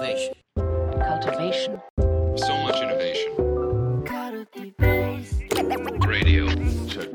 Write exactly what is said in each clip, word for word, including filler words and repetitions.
Cultivation. Cultivation. So much innovation. Radio. Check.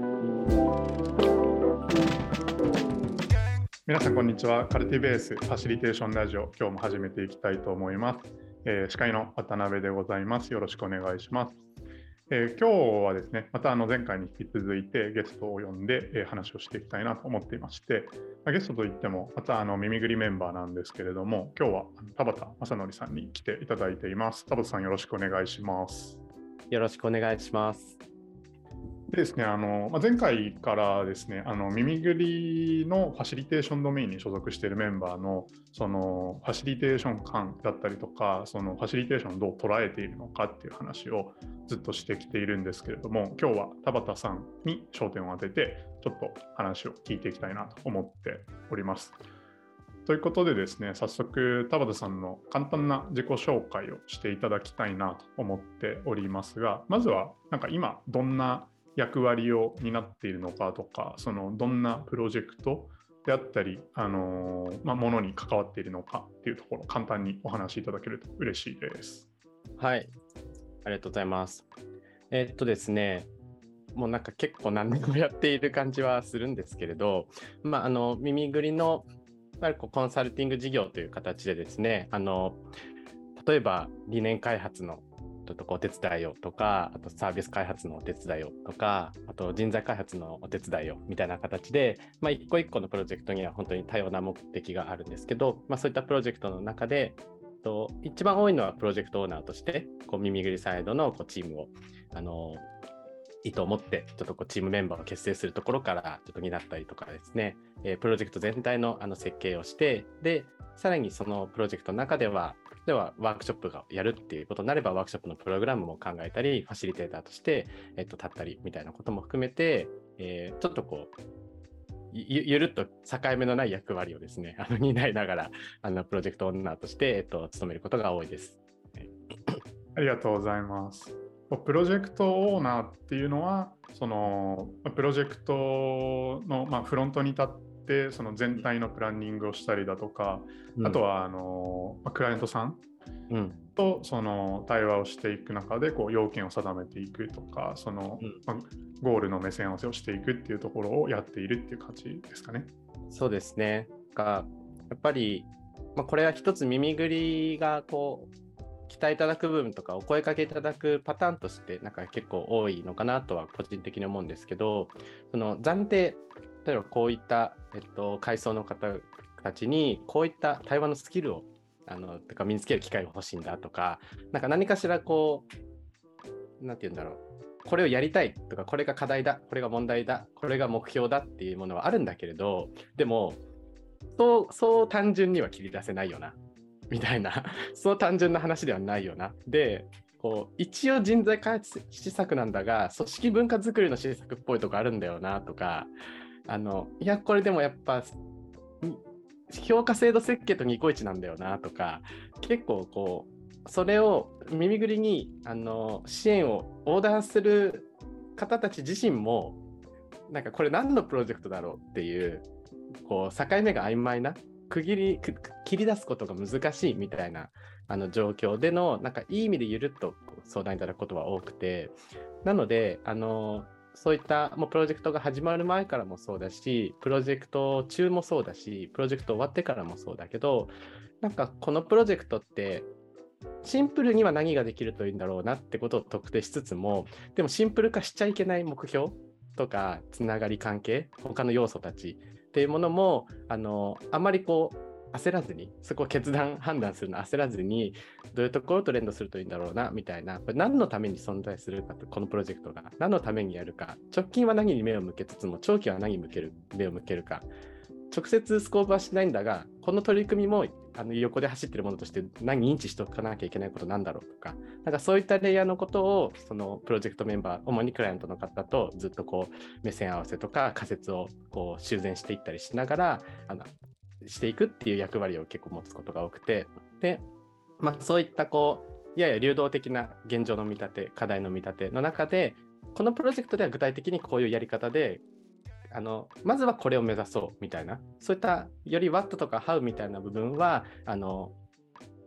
皆さんこんにちは。カルティベースファシリテーションラジオ、今日も始めていきたいと思います。えー、司会の渡辺でございます。よろしくお願いします。えー、今日はですね、またあの前回に引き続いてゲストを呼んで、えー、話をしていきたいなと思っていまして、まあ、ゲストといってもまたあの耳ぐりメンバーなんですけれども、今日は田畑正則さんに来ていただいています。田畑さん、よろしくお願いします。 よろしくお願いします。 でですね、あのまあ、前回からですね、あの耳ぐりのファシリテーションドメインに所属しているメンバーのそのファシリテーション感だったりとか、そのファシリテーションをどう捉えているのかっていう話をずっとしてきているんですけれども、今日は田畑さんに焦点を当ててちょっと話を聞いていきたいなと思っております。ということでですね、早速田畑さんの簡単な自己紹介をしていただきたいなと思っておりますが、まずはなんか今どんな役割を担っているのかとか、そのどんなプロジェクトであったり、あのーまあ、ものに関わっているのかっていうところを簡単にお話しいただけると嬉しいです。 はい、ありがとうございます。えー、っとですね、もうなんか結構何でもやっている感じはするんですけれど、まあ、あの耳ぐりのコンサルティング事業という形でですね、あの例えば理念開発のちょっとお手伝いをとか、あとサービス開発のお手伝いをとか、あと人材開発のお手伝いをみたいな形で、まあ、一個一個のプロジェクトには本当に多様な目的があるんですけど、まあ、そういったプロジェクトの中でと一番多いのはプロジェクトオーナーとしてこう耳ぐりサイドのこうチームをあの意図を持ってちょっとこうチームメンバーを結成するところからちょっと担ったりとかですね、えー、プロジェクト全体のあの設計をして、でさらにそのプロジェクトの中ではではワークショップがやるっていうことになればワークショップのプログラムも考えたり、ファシリテーターとして、えっと、立ったりみたいなことも含めて、えー、ちょっとこうゆ, ゆるっと境目のない役割をですねあの担いながらあのプロジェクトオーナーとして、えっと、務めることが多いです。 ありがとうございます。プロジェクトオーナーっていうのはそのプロジェクトの、まあ、フロントに立ってその全体のプランニングをしたりだとか、うん、あとはあのクライアントさんとその対話をしていく中でこう要件を定めていくとか、その、うんまあ、ゴールの目線合わせをしていくっていうところをやっているっていう感じですかね。 そうですね。がやっぱり、まあ、これは一つ耳ぐりがこう期待いただく部分とかお声かけいただくパターンとしてなんか結構多いのかなとは個人的に思うんですけど、その暫定例えばこういった、えっと、階層の方たちにこういった対話のスキルをあのとか身につける機会が欲しいんだとか、なんか何かしらこうなんて言うんだろう、これをやりたいとか、これが課題だ、これが問題だ、これが目標だっていうものはあるんだけれど、でもそうそう単純には切り出せないよなみたいなそう単純な話ではないよな。でこう一応人材開発施策なんだが組織文化づくりの施策っぽいとこあるんだよなとか、あのいやこれでもやっぱ評価制度設計とニコイチなんだよなとか、結構こうそれを耳ぐりにあの支援を横断する方たち自身もなんかこれ何のプロジェクトだろうっていうこう境目が曖昧な区切り切り出すことが難しいみたいなあの状況でのなんかいい意味でゆるっと相談いただくことは多くて、なのであのそういったもうプロジェクトが始まる前からもそうだし、プロジェクト中もそうだし、プロジェクト終わってからもそうだけど、なんかこのプロジェクトってシンプルには何ができるといいんだろうなってことを特定しつつも、でもシンプル化しちゃいけない目標とかつながり関係、他の要素たちっていうものも あのあまりこう焦らずに、そこを決断判断するの焦らずに、どういうところと連動するといいんだろうなみたいな、これ何のために存在するかと、このプロジェクトが何のためにやるか、直近は何に目を向けつつも長期は何に向ける目を向けるか、直接スコープはしないんだが、この取り組みもあの横で走っているものとして何認知しておかなきゃいけないことなんだろうとか、なんかそういったレイヤーのことをそのプロジェクトメンバー、主にクライアントの方とずっとこう目線合わせとか仮説をこう修繕していったりしながらあのしていくっていう役割を結構持つことが多くて、で、まあ、そういったこうやや流動的な現状の見立て、課題の見立ての中で、このプロジェクトでは具体的にこういうやり方であのまずはこれを目指そうみたいな、そういったより What とか How みたいな部分はあの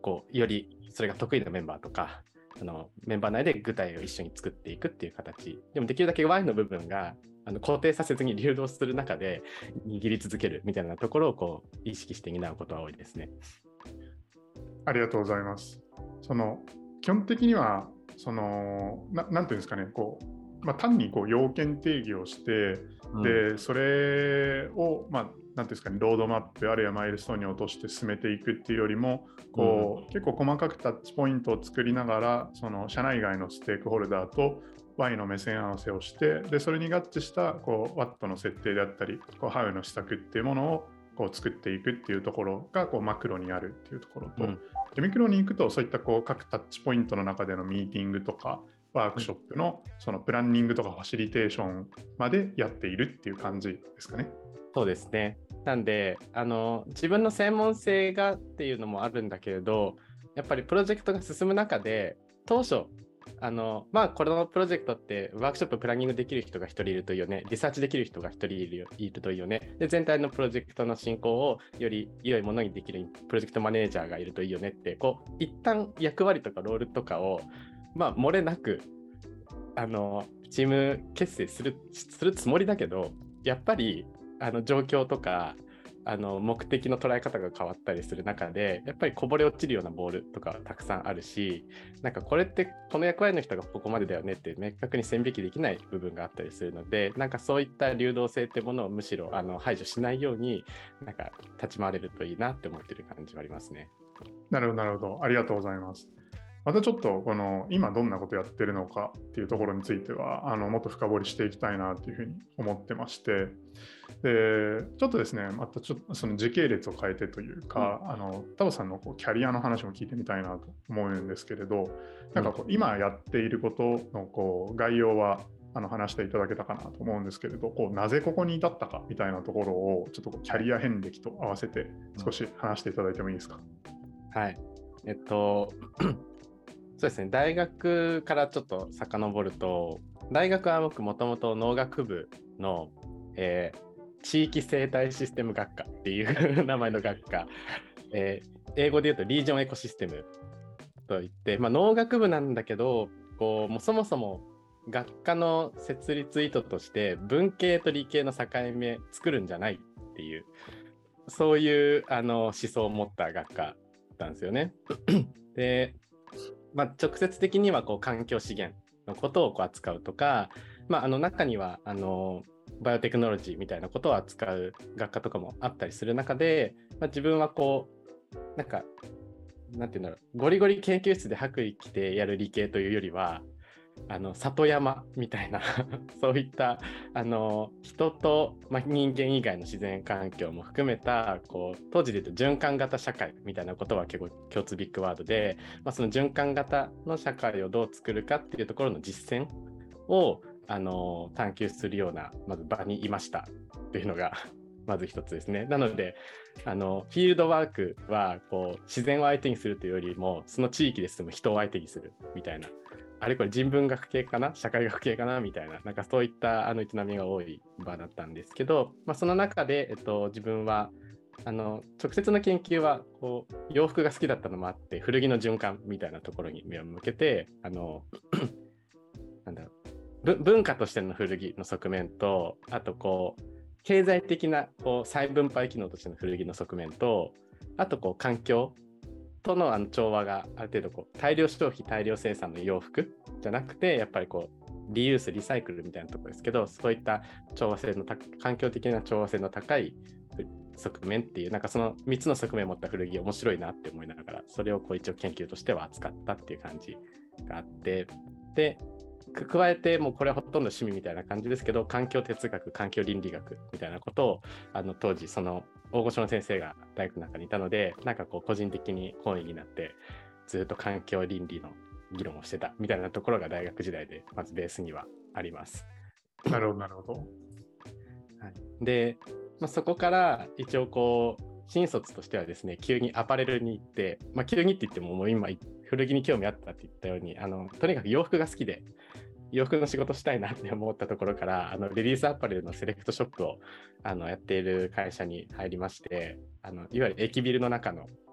こうよりそれが得意なメンバーとかあのメンバー内で具体を一緒に作っていくっていう形でもできるだけ Y の部分があの固定させずに流動する中で握り続けるみたいなところをこう意識して担うことが多いですね。 ありがとうございます。その基本的にはその な, なんていうんですかねこう、まあ、単にこう要件定義をして、うん、でそれを、まあ、なんていうんですかねロードマップあるいはマイルストーンに落として進めていくっていうよりもこう、うん、結構細かくタッチポイントを作りながらその社内外のステークホルダーと Y の目線合わせをしてでそれに合致したこう What の設定であったりこう How の施策っていうものをこう作っていくっていうところがこうマクロにあるっていうところと、うん、でミクロに行くとそういったこう各タッチポイントの中でのミーティングとかワークショップのそのプランニングとかファシリテーションまでやっているっていう感じですかね。 そうですね。なんであの自分の専門性がっていうのもあるんだけれどやっぱりプロジェクトが進む中で当初あのまあこのプロジェクトってワークショッププランニングできる人がひとりいるといいよね、リサーチできる人がひとりいるよいるといいよね、で全体のプロジェクトの進行をより良いものにできるプロジェクトマネージャーがいるといいよねってこう一旦役割とかロールとかをまあ漏れなくあのチーム結成するするつもりだけどやっぱりあの状況とかあの目的の捉え方が変わったりする中でやっぱりこぼれ落ちるようなボールとかたくさんあるしなんかこれってこの役割の人がここまでだよねって明確に線引きできない部分があったりするのでなんかそういった流動性ってものをむしろあの排除しないようになんか立ち回れるといいなって思ってる感じはありますね。 なるほどなるほどありがとうございます。またちょっとこの今どんなことやってるのかっていうところについてはあのもっと深掘りしていきたいなというふうに思ってましてでちょっとですねまたちょっとその時系列を変えてというか、うん、あのタオさんのこうキャリアの話も聞いてみたいなと思うんですけれどなんかこう今やっていることのこう概要はあの話していただけたかなと思うんですけれどこうなぜここに至ったかみたいなところをちょっとこうキャリア遍歴と合わせて少し話していただいてもいいですか。 はいえっとそうですね、大学からちょっと遡ると大学は僕もともと農学部の、えー、地域生態システム学科っていう名前の学科、えー、英語で言うとリージョンエコシステムといって、まあ、農学部なんだけどこうもうそもそも学科の設立意図として文系と理系の境目作るんじゃないっていうそういうあの思想を持った学科だったんですよね。でまあ、直接的にはこう環境資源のことをこう扱うとか、まあ、あの中にはあのバイオテクノロジーみたいなことを扱う学科とかもあったりする中で、まあ、自分はこうなんかなんていうんだろうゴリゴリ研究室で白衣着てやる理系というよりはあの里山みたいなそういったあの人と、まあ、人間以外の自然環境も含めたこう当時で言うと循環型社会みたいなことは結構共通ビッグワードで、まあ、その循環型の社会をどう作るかっていうところの実践をあの探求するようなまず場にいましたというのがまず一つですね。なのであのフィールドワークはこう自然を相手にするというよりもその地域で住む人を相手にするみたいなあれこれ人文学系かな社会学系かなみたいななんかそういったあの営みが多い場だったんですけど、まあ、その中で、えっと、自分はあの直接の研究はこう洋服が好きだったのもあって古着の循環みたいなところに目を向けてあのなんだろう文化としての古着の側面とあとこう経済的なこう再分配機能としての古着の側面とあとこう環境とのあの調和がある程度こう大量消費大量生産の洋服じゃなくてやっぱりこうリユースリサイクルみたいなところですけどそういった調和性の環境的な調和性の高い側面っていうなんかそのみっつの側面を持った古着面白いなって思いながらそれをこう一応研究としては扱ったっていう感じがあってで加えてもうこれはほとんど趣味みたいな感じですけど環境哲学環境倫理学みたいなことをあの当時その大御所の先生が大学の中にいたのでなんかこう個人的に本位になってずっと環境倫理の議論をしてたみたいなところが大学時代でまずベースにはあります。 なるほどなるほど。 はい、で、まあ、そこから一応こう新卒としてはですね急にアパレルに行って、まあ、急にって言ってももう今古着に興味あったって言ったようにあのとにかく洋服が好きで洋服の仕事したいなって思ったところからあのレディースアパレルのセレクトショップをあのやっている会社に入りましてあのいわゆる駅ビルの中の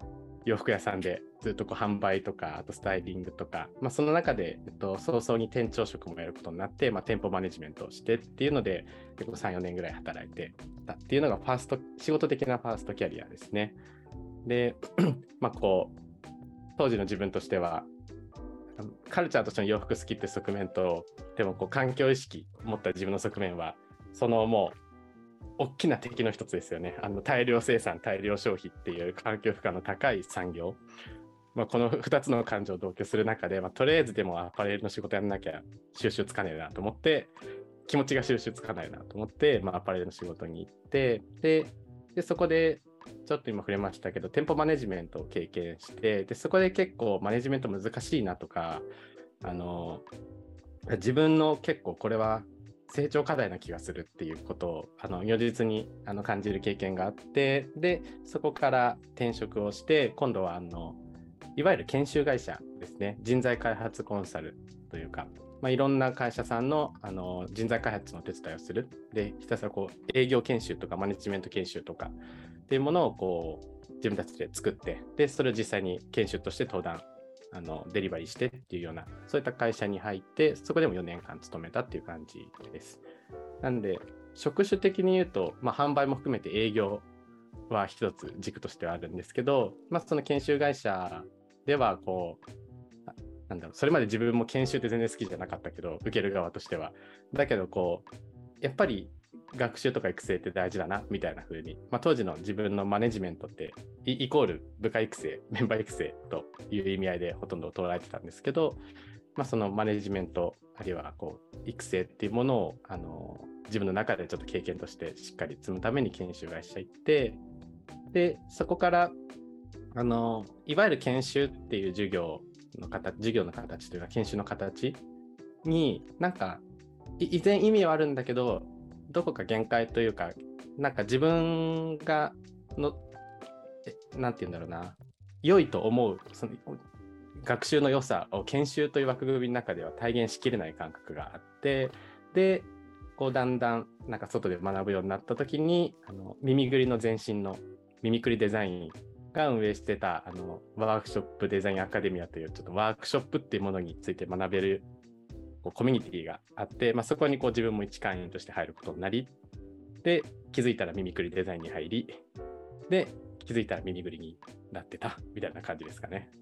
洋服屋さんでずっとこう販売とか、あとスタイリングとか、まあ、その中で、えっと、早々に店長職もやることになって、まあ、店舗マネジメントをしてっていうので、結構さん、よねんぐらい働いてたっていうのがファースト、仕事的なファーストキャリアですね。で、まあこう、当時の自分としては、カルチャーとしての洋服好きって側面と、でもこう環境意識を持った自分の側面は、そのもう、大きな敵の一つですよね。あの大量生産、大量消費っていう環境負荷の高い産業。まあ、このふたつの感情を同居する中で、まあ、とりあえずでもアパレルの仕事やんなきゃ収集つかねえなと思って、気持ちが収集つかないなと思って、まあ、アパレルの仕事に行って、で、でそこでちょっと今触れましたけど、店舗マネジメントを経験して、でそこで結構マネジメント難しいなとか、あの自分の結構これは成長課題な気がするっていうことをあの如実にあの感じる経験があって、でそこから転職をして、今度はあのいわゆる研修会社ですね、人材開発コンサルというか、まあ、いろんな会社さん の, あの人材開発の手伝いをする、でひたすらこう営業研修とかマネジメント研修とかっていうものをこう自分たちで作って、でそれを実際に研修として登壇あのデリバリーしてっていうような、そういった会社に入って、そこでもよねんかん勤めたっていう感じです。なんで職種的に言うと、まあ、販売も含めて営業は一つ軸としてはあるんですけど、まあ、その研修会社ではこうなんだろう、それまで自分も研修って全然好きじゃなかったけど、受ける側としてはだけどこうやっぱり学習とか育成って大事だなみたいな風に、まあ、当時の自分のマネジメントってイコール部下育成、メンバー育成という意味合いでほとんど捉えてたんですけど、まあ、そのマネジメントあるいはこう育成っていうものをあの自分の中でちょっと経験としてしっかり積むために研修会社行って、でそこからあのいわゆる研修っていう授業の形授業の形というか研修の形になんか以前意味はあるんだけど、どこか限界というか、なんか自分がのなんて言うんだろうな、良いと思うその学習の良さを研修という枠組みの中では体現しきれない感覚があって、でこうだんだんなんか外で学ぶようになった時に、あの耳ぐりの前身の耳くりデザインが運営してたあのワークショップデザインアカデミアというちょっとワークショップっていうものについて学べるこうコミュニティがあって、まあ、そこにこう自分も一会員として入ることになり、で気づいたら耳くりデザインに入り、で気づいたら耳ぐりになってたみたいな感じですかね。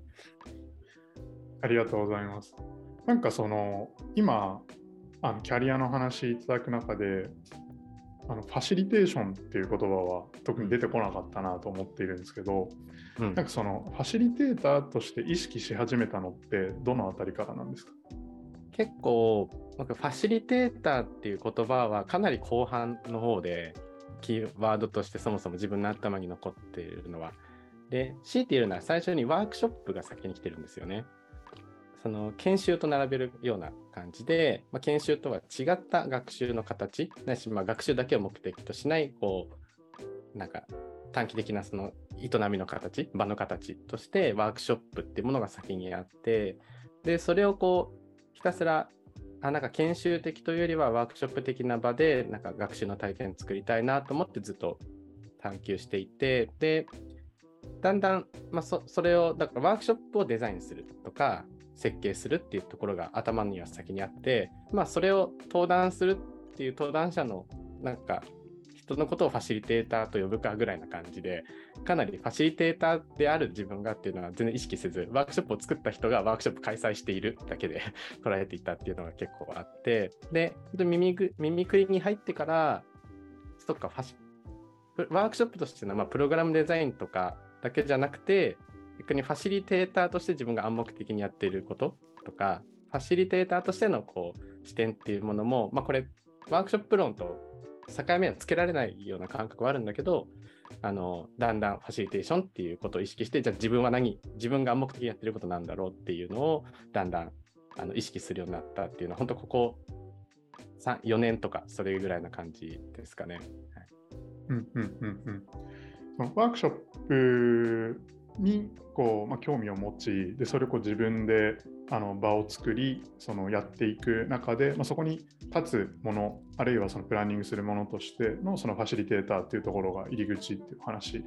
ありがとうございます。なんかその今あのキャリアの話いただく中で、あのファシリテーションっていう言葉は特に出てこなかったなと思っているんですけど、うん、なんかそのファシリテーターとして意識し始めたのってどのあたりからなんですか？ 結構なんかファシリテーターっていう言葉はかなり後半の方でキーワードとしてそもそも自分の頭に残っているのは、で強いて言うなら最初にワークショップが先に来てるんですよね。その研修と並べるような感じで、まあ、研修とは違った学習の形ないし、まあ、学習だけを目的としないこうなんか短期的なその営みの形、場の形としてワークショップっていうものが先にあって、でそれをこうひたすらあなんか研修的というよりはワークショップ的な場でなんか学習の体験を作りたいなと思ってずっと探求していて、でだんだん、まあ、そ, それをだからワークショップをデザインするとか設計するっていうところが頭には先にあって、まあ、それを登壇するっていう登壇者のなんか人のことをファシリテーターと呼ぶかぐらいな感じで、かなりファシリテーターである自分がっていうのは全然意識せず、ワークショップを作った人がワークショップ開催しているだけで捉えていたっていうのが結構あって、で耳ぐ耳くりに入ってからそっかファシワークショップとしてのまあプログラムデザインとかだけじゃなくて、逆にファシリテーターとして自分が暗黙的にやっていることとか、ファシリテーターとしてのこう視点っていうものも、まあ、これワークショップ論と境目はつけられないような感覚はあるんだけど、あのだんだんファシリテーションっていうことを意識して、じゃあ自分は何自分が暗黙的にやってることなんだろうっていうのをだんだんあの意識するようになったっていうのは本当ここさん、よねんとかそれぐらいな感じですかね。はい、 うんうんうんうん。そのワークショップにこう、まあ、興味を持ち、でそれをこう自分であの場を作り、そのやっていく中で、まあ、そこに立つもの、あるいはそのプランニングするものとしてのそのファシリテーターっていうところが入り口っていう話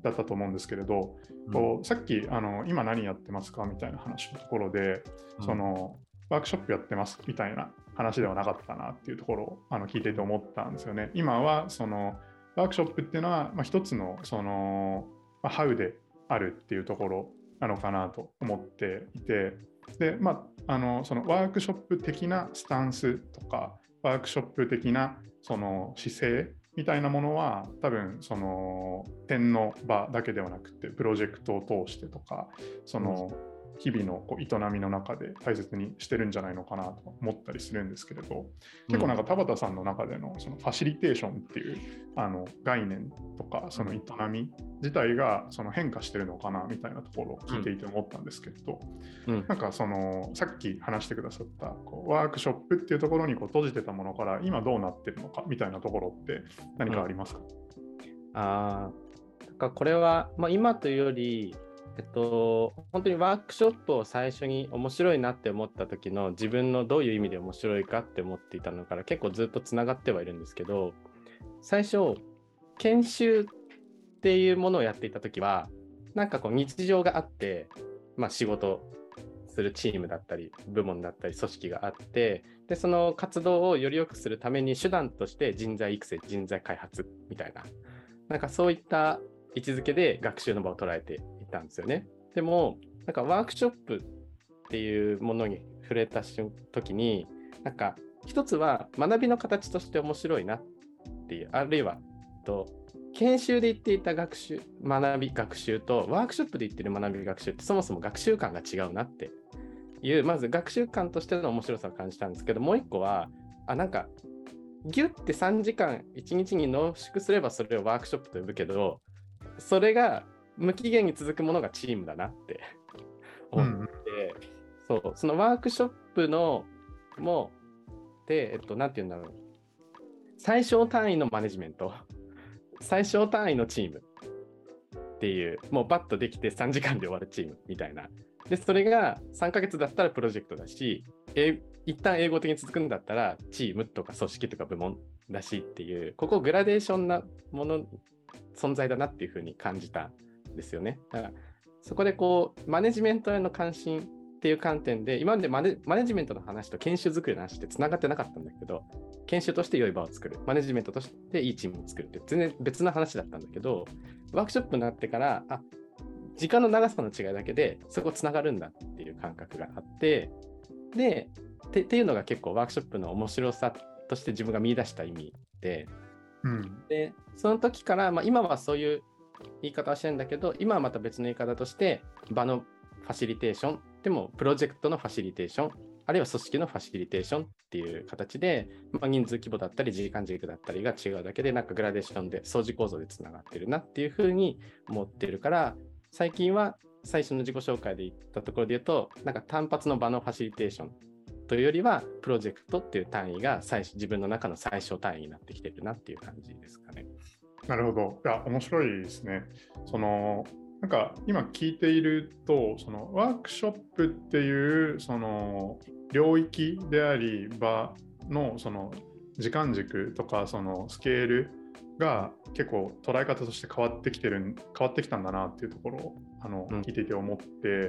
だったと思うんですけれど、うん、こうさっきあの今何やってますかみたいな話のところで、うん、そのワークショップやってますみたいな話ではなかったなっていうところをあの聞いていて思ったんですよね。今はそのワークショップっていうのは、まあ、一つのその、まあ、ハウであるっていうところなのかなと思っていて、で、まあ、あのそのワークショップ的なスタンスとかワークショップ的なその姿勢みたいなものは多分その点の場だけではなくてプロジェクトを通してとかその日々のこう営みの中で大切にしてるんじゃないのかなと思ったりするんですけれど、結構なんか田畑さんの中でのそのファシリテーションっていうあの概念とかその営み自体がその変化してるのかなみたいなところを聞いていて思ったんですけれど、うんうん、なんかそのさっき話してくださったこうワークショップっていうところにこう閉じてたものから今どうなってるのかみたいなところって何かありますか？ うん、あー、なんかこれは、まあ、今というよりえっと、本当にワークショップを最初に面白いなって思った時の自分のどういう意味で面白いかって思っていたのから結構ずっとつながってはいるんですけど、最初研修っていうものをやっていた時はなんかこう日常があって、まあ、仕事するチームだったり部門だったり組織があって、でその活動をより良くするために手段として人材育成人材開発みたいな、なんかそういった位置づけで学習の場を捉えていたんですよね。でもなんかワークショップっていうものに触れた時に、なんか一つは学びの形として面白いなっていう、あるいはと研修で言っていた学習学び学習とワークショップで言ってる学び学習ってそもそも学習感が違うなっていう、まず学習感としての面白さを感じたんですけど、もう一個はあなんかギュッてさんじかんいちにちに濃縮すればそれをワークショップと呼ぶけど、それが無期限に続くものがチームだなって思って、うん、そうそのワークショップのもで、えっと、なんていうんだろう、最小単位のマネジメント、最小単位のチームっていう、もうバッとできてさんじかんで終わるチームみたいな。で、それがさんかげつだったらプロジェクトだし、え一旦英語的に続くんだったらチームとか組織とか部門だしっていう、ここグラデーションなもの存在だなっていうふうに感じたんですよね。だからそこでこうマネジメントへの関心っていう観点で、今までマネ、マネジメントの話と研修作りの話ってつながってなかったんだけど、研修として良い場を作る、マネジメントとしていいチームを作るって全然別の話だったんだけど、ワークショップになってからあ時間の長さの違いだけでそこつながるんだっていう感覚があって、でてっていうのが結構ワークショップの面白さとして自分が見出した意味で、うん、でその時から、まあ、今はそういう言い方はしてるんだけど、今はまた別の言い方として場のファシリテーションでもプロジェクトのファシリテーション、あるいは組織のファシリテーションっていう形で、まあ、人数規模だったり時間軸だったりが違うだけで、なんかグラデーションで相似構造でつながってるなっていうふうに思ってるから、最近は最初の自己紹介で言ったところで言うと、なんか単発の場のファシリテーションというよりはプロジェクトっていう単位が最自分の中の最小単位になってきてるなっていう感じですかね。 なるほど。いや、面白いですね。そのなんか今聞いていると、そのワークショップっていうその領域であり場のその時間軸とかそのスケールが結構捉え方として変わってきてる変わってきたんだなっていうところをあの聞いていて思って、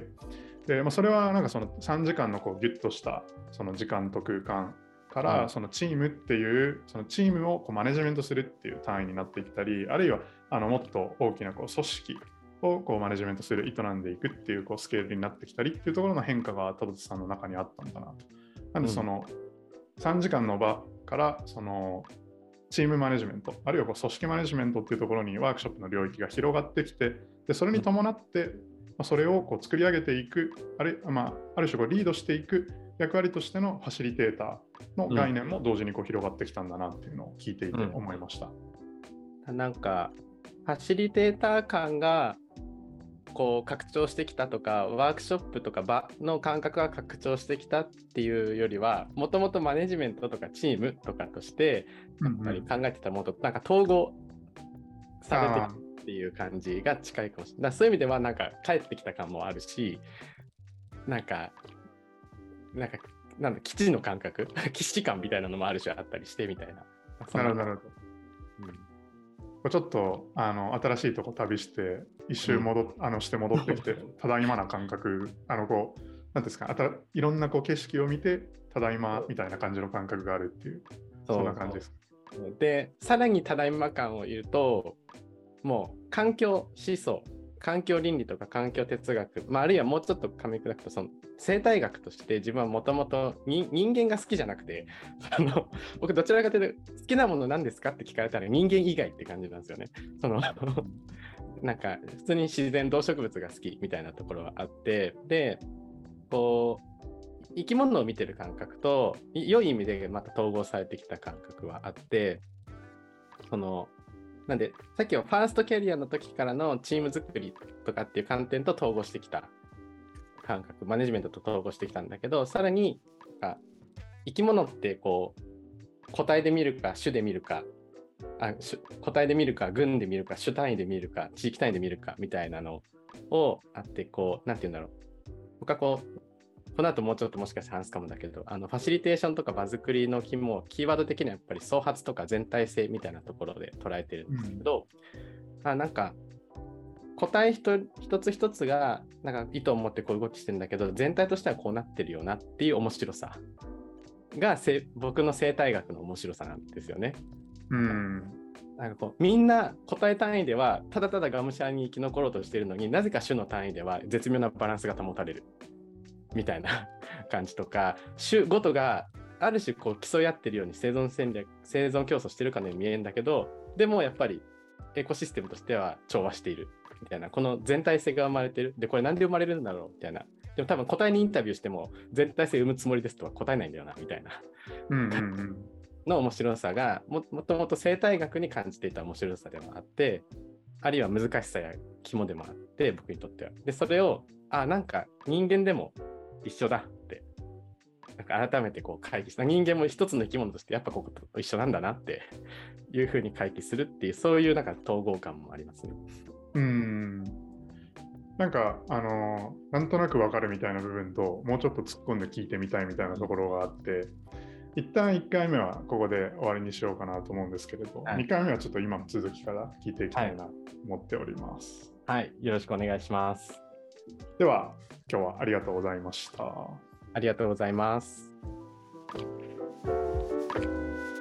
で、まあ、それはなんかそのさんじかんのこうギュッとしたその時間と空間からそのチームっていうそのチームをこうマネジメントするっていう単位になっていったり、あるいはあのもっと大きなこう組織をこうマネジメントする営んでいくっていうこうスケールになってきたりっていうところの変化が田淵さんの中にあったんだなと。なんでそのさんじかんの場からそのチームマネジメント、あるいはこう組織マネジメントっていうところにワークショップの領域が広がってきて、でそれに伴ってそれをこう作り上げていく、ある、まあ、ある種こうリードしていく役割としてのファシリテーターの概念も同時にこう広がってきたんだなっていうのを聞いていて思いました。 うん、なんかファシリテーター感がこう拡張してきたとか、ワークショップとか場の感覚が拡張してきたっていうよりは、もともとマネジメントとかチームとかとしてやっぱり考えてたものとなんか統合されてきたっていう感じが近いかもしれない。そういう意味ではなんか帰ってきた感もあるし、なんかなんかなんだ基地の感覚基地感みたいなのもある種あったりしてみたいな。 なるほど、なるほど。 うん、 うちょっとあの新しいとこ旅して一周戻っ、うん、あのして戻ってきてただいまな感覚、あのこうなんですか、あたいろんなこう景色を見てただいまみたいな感じの感覚があるっていう、そんな感じです。 でさらにただいま感を言うと、もう環境思想、環境倫理とか環境哲学、まあ、あるいはもうちょっと噛み砕くとその生態学として自分はもともと人間が好きじゃなくて、あの僕どちらかというと好きなもの何ですかって聞かれたら人間以外って感じなんですよね。そのなんか普通に自然動植物が好きみたいなところはあって、でこう生き物を見てる感覚と良い意味でまた統合されてきた感覚はあって、そのなんでさっきはファーストキャリアの時からのチーム作りとかっていう観点と統合してきた感覚、マネジメントと統合してきたんだけど、さらに生き物ってこう個体で見るか種で見るか、あ個体で見るか群で見るか種単位で見るか地域単位で見るかみたいなのをあって、こうなんて言うんだろう、僕はこうこの後もうちょっともしかして話すかもだけど、あのファシリテーションとか場作りの肝、キーワード的にはやっぱり創発とか全体性みたいなところで捉えてるんですけど、うん、あなんか個体一つ一つがなんか意図を持ってこう動きしてるんだけど、全体としてはこうなってるよなっていう面白さが僕の生態学の面白さなんですよね。 うん、 なんかこうみんな個体単位ではただただがむしゃらに生き残ろうとしているのに、なぜか種の単位では絶妙なバランスが保たれるみたいな感じとか、種ごとがある種こう競い合ってるように生存戦略、生存競争してるかのように見えるんだけど、でもやっぱりエコシステムとしては調和しているみたいな、この全体性が生まれてる。でこれなんで生まれるんだろうみたいな。でも多分個体にインタビューしても全体性生むつもりですとは答えないんだよなみたいなうんうん、うん、 の面白さが も, もともと生態学に感じていた面白さでもあって、あるいは難しさや肝でもあって僕にとっては。でそれをあなんか人間でも一緒だってなんか改めてこう回帰した、人間も一つの生き物としてやっぱここと一緒なんだなっていうふうに回帰するっていう、そういうなんか統合感もありますね。 うん、なんかあのなんとなくわかるみたいな部分と、もうちょっと突っ込んで聞いてみたいみたいなところがあって、一旦いっかいめはここで終わりにしようかなと思うんですけれど、はい、にかいめはちょっと今の続きから聞いていきたいなと思っております。 はい、はい、よろしくお願いします。 では今日はありがとうございました。 ありがとうございます。